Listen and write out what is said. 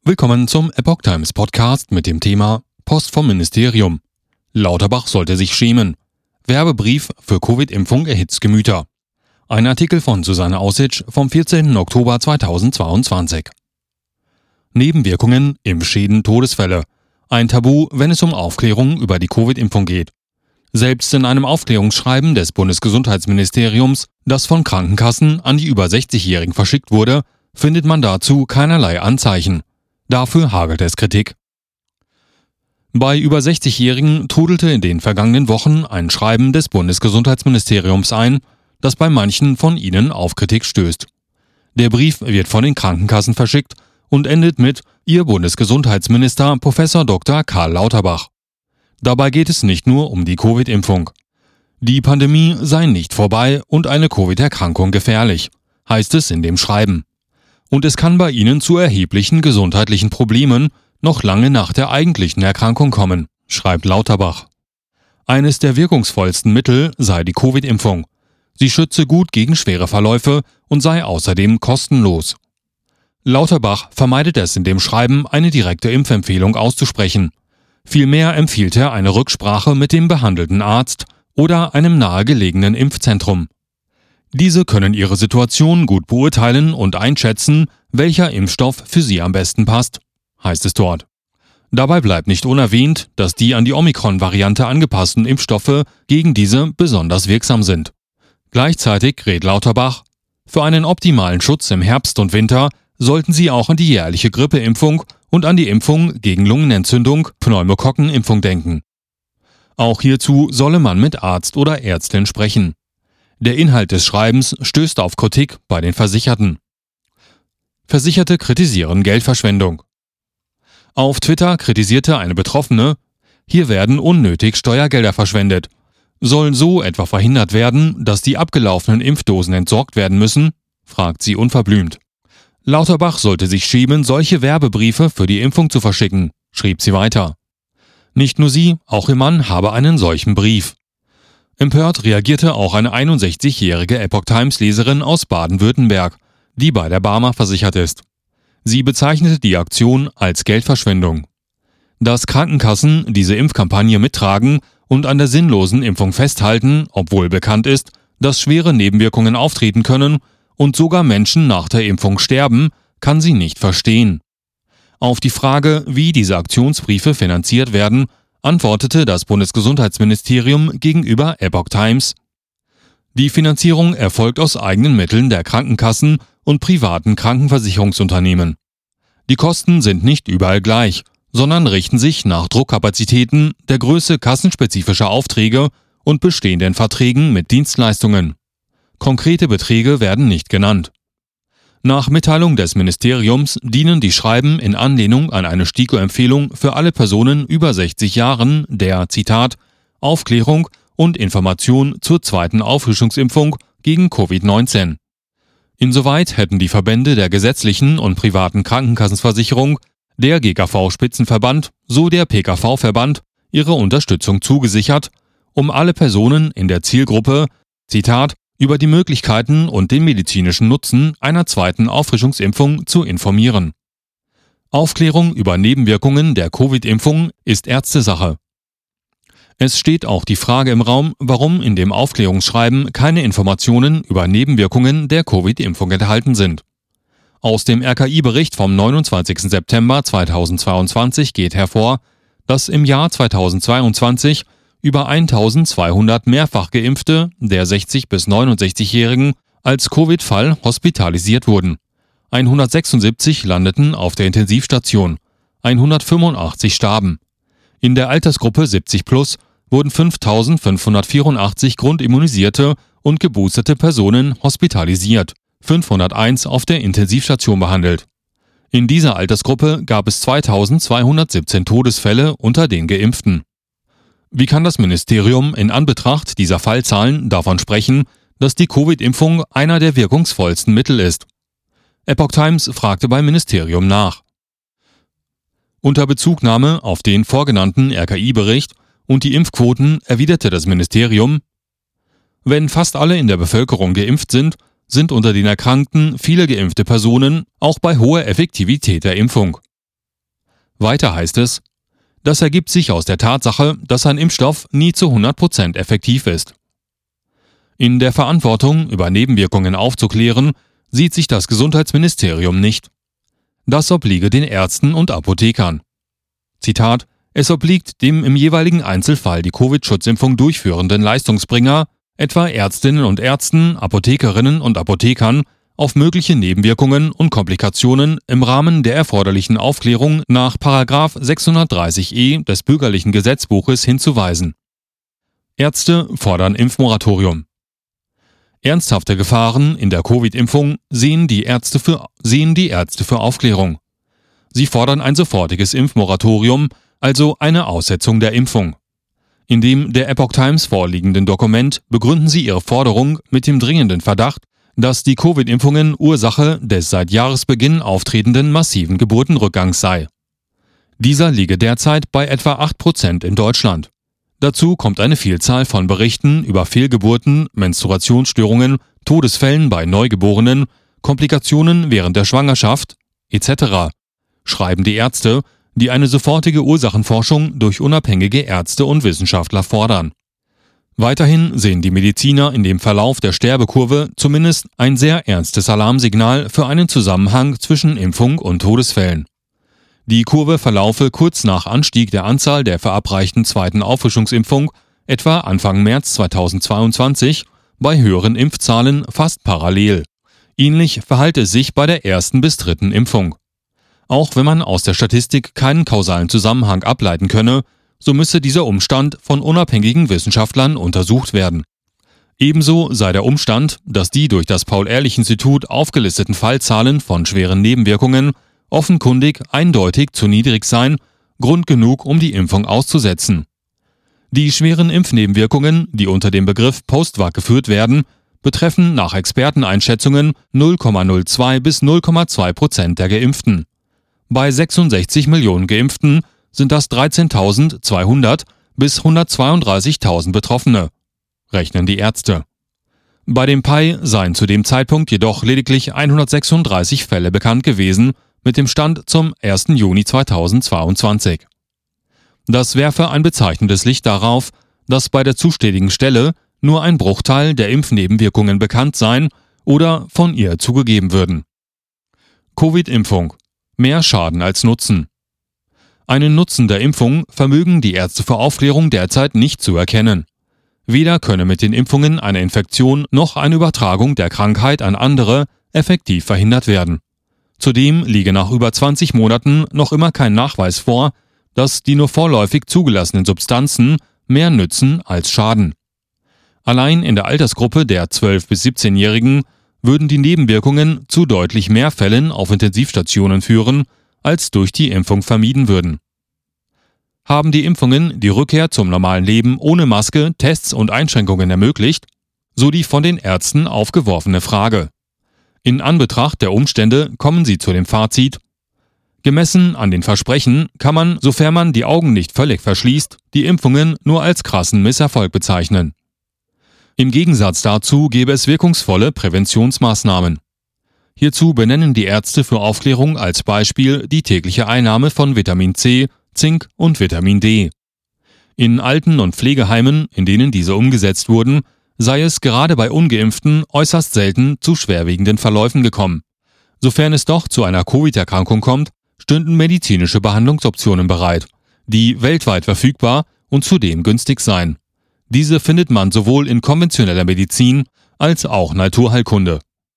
Willkommen zum Epoch Times Podcast mit dem Thema Post vom Ministerium. Lauterbach sollte sich schämen. Werbebrief für Covid-Impfung erhitzt Gemüter. Ein Artikel von Susanne Aussitsch vom 14. Oktober 2022. Nebenwirkungen, Impfschäden, Todesfälle. Ein Tabu, wenn es um Aufklärung über die Covid-Impfung geht. Selbst in einem Aufklärungsschreiben des Bundesgesundheitsministeriums, das von Krankenkassen an die über 60-Jährigen verschickt wurde, findet man dazu keinerlei Anzeichen. Dafür hagelt es Kritik. Bei über 60-Jährigen trudelte in den vergangenen Wochen ein Schreiben des Bundesgesundheitsministeriums ein, das bei manchen von ihnen auf Kritik stößt. Der Brief wird von den Krankenkassen verschickt und endet mit Ihr Bundesgesundheitsminister Prof. Dr. Karl Lauterbach. Dabei geht es nicht nur um die Covid-Impfung. Die Pandemie sei nicht vorbei und eine Covid-Erkrankung gefährlich, heißt es in dem Schreiben. Und es kann bei ihnen zu erheblichen gesundheitlichen Problemen noch lange nach der eigentlichen Erkrankung kommen, schreibt Lauterbach. Eines der wirkungsvollsten Mittel sei die Covid-Impfung. Sie schütze gut gegen schwere Verläufe und sei außerdem kostenlos. Lauterbach vermeidet es in dem Schreiben, eine direkte Impfempfehlung auszusprechen. Vielmehr empfiehlt er eine Rücksprache mit dem behandelnden Arzt oder einem nahegelegenen Impfzentrum. Diese können ihre Situation gut beurteilen und einschätzen, welcher Impfstoff für sie am besten passt, heißt es dort. Dabei bleibt nicht unerwähnt, dass die an die Omikron-Variante angepassten Impfstoffe gegen diese besonders wirksam sind. Gleichzeitig rät Lauterbach, für einen optimalen Schutz im Herbst und Winter sollten Sie auch an die jährliche Grippeimpfung und an die Impfung gegen Lungenentzündung, Pneumokokkenimpfung denken. Auch hierzu solle man mit Arzt oder Ärztin sprechen. Der Inhalt des Schreibens stößt auf Kritik bei den Versicherten. Versicherte kritisieren Geldverschwendung. Auf Twitter kritisierte eine Betroffene, hier werden unnötig Steuergelder verschwendet. Sollen so etwa verhindert werden, dass die abgelaufenen Impfdosen entsorgt werden müssen? Fragt sie unverblümt. Lauterbach sollte sich schämen, solche Werbebriefe für die Impfung zu verschicken, schrieb sie weiter. Nicht nur sie, auch ihr Mann habe einen solchen Brief. Empört reagierte auch eine 61-jährige Epoch Times Leserin aus Baden-Württemberg, die bei der Barmer versichert ist. Sie bezeichnete die Aktion als Geldverschwendung. Dass Krankenkassen diese Impfkampagne mittragen und an der sinnlosen Impfung festhalten, obwohl bekannt ist, dass schwere Nebenwirkungen auftreten können und sogar Menschen nach der Impfung sterben, kann sie nicht verstehen. Auf die Frage, wie diese Aktionsbriefe finanziert werden, antwortete das Bundesgesundheitsministerium gegenüber Epoch Times: Die Finanzierung erfolgt aus eigenen Mitteln der Krankenkassen und privaten Krankenversicherungsunternehmen. Die Kosten sind nicht überall gleich, sondern richten sich nach Druckkapazitäten, der Größe kassenspezifischer Aufträge und bestehenden Verträgen mit Dienstleistungen. Konkrete Beträge werden nicht genannt. Nach Mitteilung des Ministeriums dienen die Schreiben in Anlehnung an eine STIKO-Empfehlung für alle Personen über 60 Jahren der, Zitat, Aufklärung und Information zur zweiten Auffrischungsimpfung gegen Covid-19. Insoweit hätten die Verbände der gesetzlichen und privaten Krankenkassenversicherung, der GKV-Spitzenverband so der PKV-Verband ihre Unterstützung zugesichert, um alle Personen in der Zielgruppe, Zitat, über die Möglichkeiten und den medizinischen Nutzen einer zweiten Auffrischungsimpfung zu informieren. Aufklärung über Nebenwirkungen der Covid-Impfung ist Ärztesache. Es steht auch die Frage im Raum, warum in dem Aufklärungsschreiben keine Informationen über Nebenwirkungen der Covid-Impfung enthalten sind. Aus dem RKI-Bericht vom 29. September 2022 geht hervor, dass im Jahr 2022 über 1200 mehrfach Geimpfte der 60- bis 69-Jährigen als Covid-Fall hospitalisiert wurden. 176 landeten auf der Intensivstation, 185 starben. In der Altersgruppe 70 plus wurden 5.584 grundimmunisierte und geboosterte Personen hospitalisiert, 501 auf der Intensivstation behandelt. In dieser Altersgruppe gab es 2.217 Todesfälle unter den Geimpften. Wie kann das Ministerium in Anbetracht dieser Fallzahlen davon sprechen, dass die Covid-Impfung einer der wirkungsvollsten Mittel ist? Epoch Times fragte beim Ministerium nach. Unter Bezugnahme auf den vorgenannten RKI-Bericht und die Impfquoten erwiderte das Ministerium: Wenn fast alle in der Bevölkerung geimpft sind, sind unter den Erkrankten viele geimpfte Personen, auch bei hoher Effektivität der Impfung. Weiter heißt es, das ergibt sich aus der Tatsache, dass ein Impfstoff nie zu 100% effektiv ist. In der Verantwortung, über Nebenwirkungen aufzuklären, sieht sich das Gesundheitsministerium nicht. Das obliege den Ärzten und Apothekern. Zitat: Es obliegt dem im jeweiligen Einzelfall die Covid-Schutzimpfung durchführenden Leistungsbringer, etwa Ärztinnen und Ärzten, Apothekerinnen und Apothekern, auf mögliche Nebenwirkungen und Komplikationen im Rahmen der erforderlichen Aufklärung nach § 630e des Bürgerlichen Gesetzbuches hinzuweisen. Ärzte fordern Impfmoratorium. Ernsthafte Gefahren in der Covid-Impfung sehen die Ärzte für Aufklärung. Sie fordern ein sofortiges Impfmoratorium, also eine Aussetzung der Impfung. In dem der Epoch Times vorliegenden Dokument begründen sie ihre Forderung mit dem dringenden Verdacht, dass die Covid-Impfungen Ursache des seit Jahresbeginn auftretenden massiven Geburtenrückgangs sei. Dieser liege derzeit bei etwa 8% in Deutschland. Dazu kommt eine Vielzahl von Berichten über Fehlgeburten, Menstruationsstörungen, Todesfällen bei Neugeborenen, Komplikationen während der Schwangerschaft etc., schreiben die Ärzte, die eine sofortige Ursachenforschung durch unabhängige Ärzte und Wissenschaftler fordern. Weiterhin sehen die Mediziner in dem Verlauf der Sterbekurve zumindest ein sehr ernstes Alarmsignal für einen Zusammenhang zwischen Impfung und Todesfällen. Die Kurve verlaufe kurz nach Anstieg der Anzahl der verabreichten zweiten Auffrischungsimpfung, etwa Anfang März 2022, bei höheren Impfzahlen fast parallel. Ähnlich verhalte es sich bei der ersten bis dritten Impfung. Auch wenn man aus der Statistik keinen kausalen Zusammenhang ableiten könne, so müsse dieser Umstand von unabhängigen Wissenschaftlern untersucht werden. Ebenso sei der Umstand, dass die durch das Paul-Ehrlich-Institut aufgelisteten Fallzahlen von schweren Nebenwirkungen offenkundig eindeutig zu niedrig seien, Grund genug, um die Impfung auszusetzen. Die schweren Impfnebenwirkungen, die unter dem Begriff Post-Vac geführt werden, betreffen nach Experteneinschätzungen 0,02 bis 0,2% der Geimpften. Bei 66 Millionen Geimpften sind das 13.200 bis 132.000 Betroffene, rechnen die Ärzte. Bei dem PAI seien zu dem Zeitpunkt jedoch lediglich 136 Fälle bekannt gewesen, mit dem Stand zum 1. Juni 2022. Das werfe ein bezeichnendes Licht darauf, dass bei der zuständigen Stelle nur ein Bruchteil der Impfnebenwirkungen bekannt seien oder von ihr zugegeben würden. Covid-Impfung: Mehr Schaden als Nutzen. Einen Nutzen der Impfung vermögen die Ärzte für Aufklärung derzeit nicht zu erkennen. Weder könne mit den Impfungen eine Infektion noch eine Übertragung der Krankheit an andere effektiv verhindert werden. Zudem liege nach über 20 Monaten noch immer kein Nachweis vor, dass die nur vorläufig zugelassenen Substanzen mehr nützen als schaden. Allein in der Altersgruppe der 12- bis 17-Jährigen würden die Nebenwirkungen zu deutlich mehr Fällen auf Intensivstationen führen, als durch die Impfung vermieden würden. Haben die Impfungen die Rückkehr zum normalen Leben ohne Maske, Tests und Einschränkungen ermöglicht? So die von den Ärzten aufgeworfene Frage. In Anbetracht der Umstände kommen sie zu dem Fazit: Gemessen an den Versprechen kann man, sofern man die Augen nicht völlig verschließt, die Impfungen nur als krassen Misserfolg bezeichnen. Im Gegensatz dazu gäbe es wirkungsvolle Präventionsmaßnahmen. Hierzu benennen die Ärzte für Aufklärung als Beispiel die tägliche Einnahme von Vitamin C, Zink und Vitamin D. In Alten- und Pflegeheimen, in denen diese umgesetzt wurden, sei es gerade bei Ungeimpften äußerst selten zu schwerwiegenden Verläufen gekommen. Sofern es doch zu einer Covid-Erkrankung kommt, stünden medizinische Behandlungsoptionen bereit, die weltweit verfügbar und zudem günstig seien. Diese findet man sowohl in konventioneller Medizin als auch Naturheilkunde.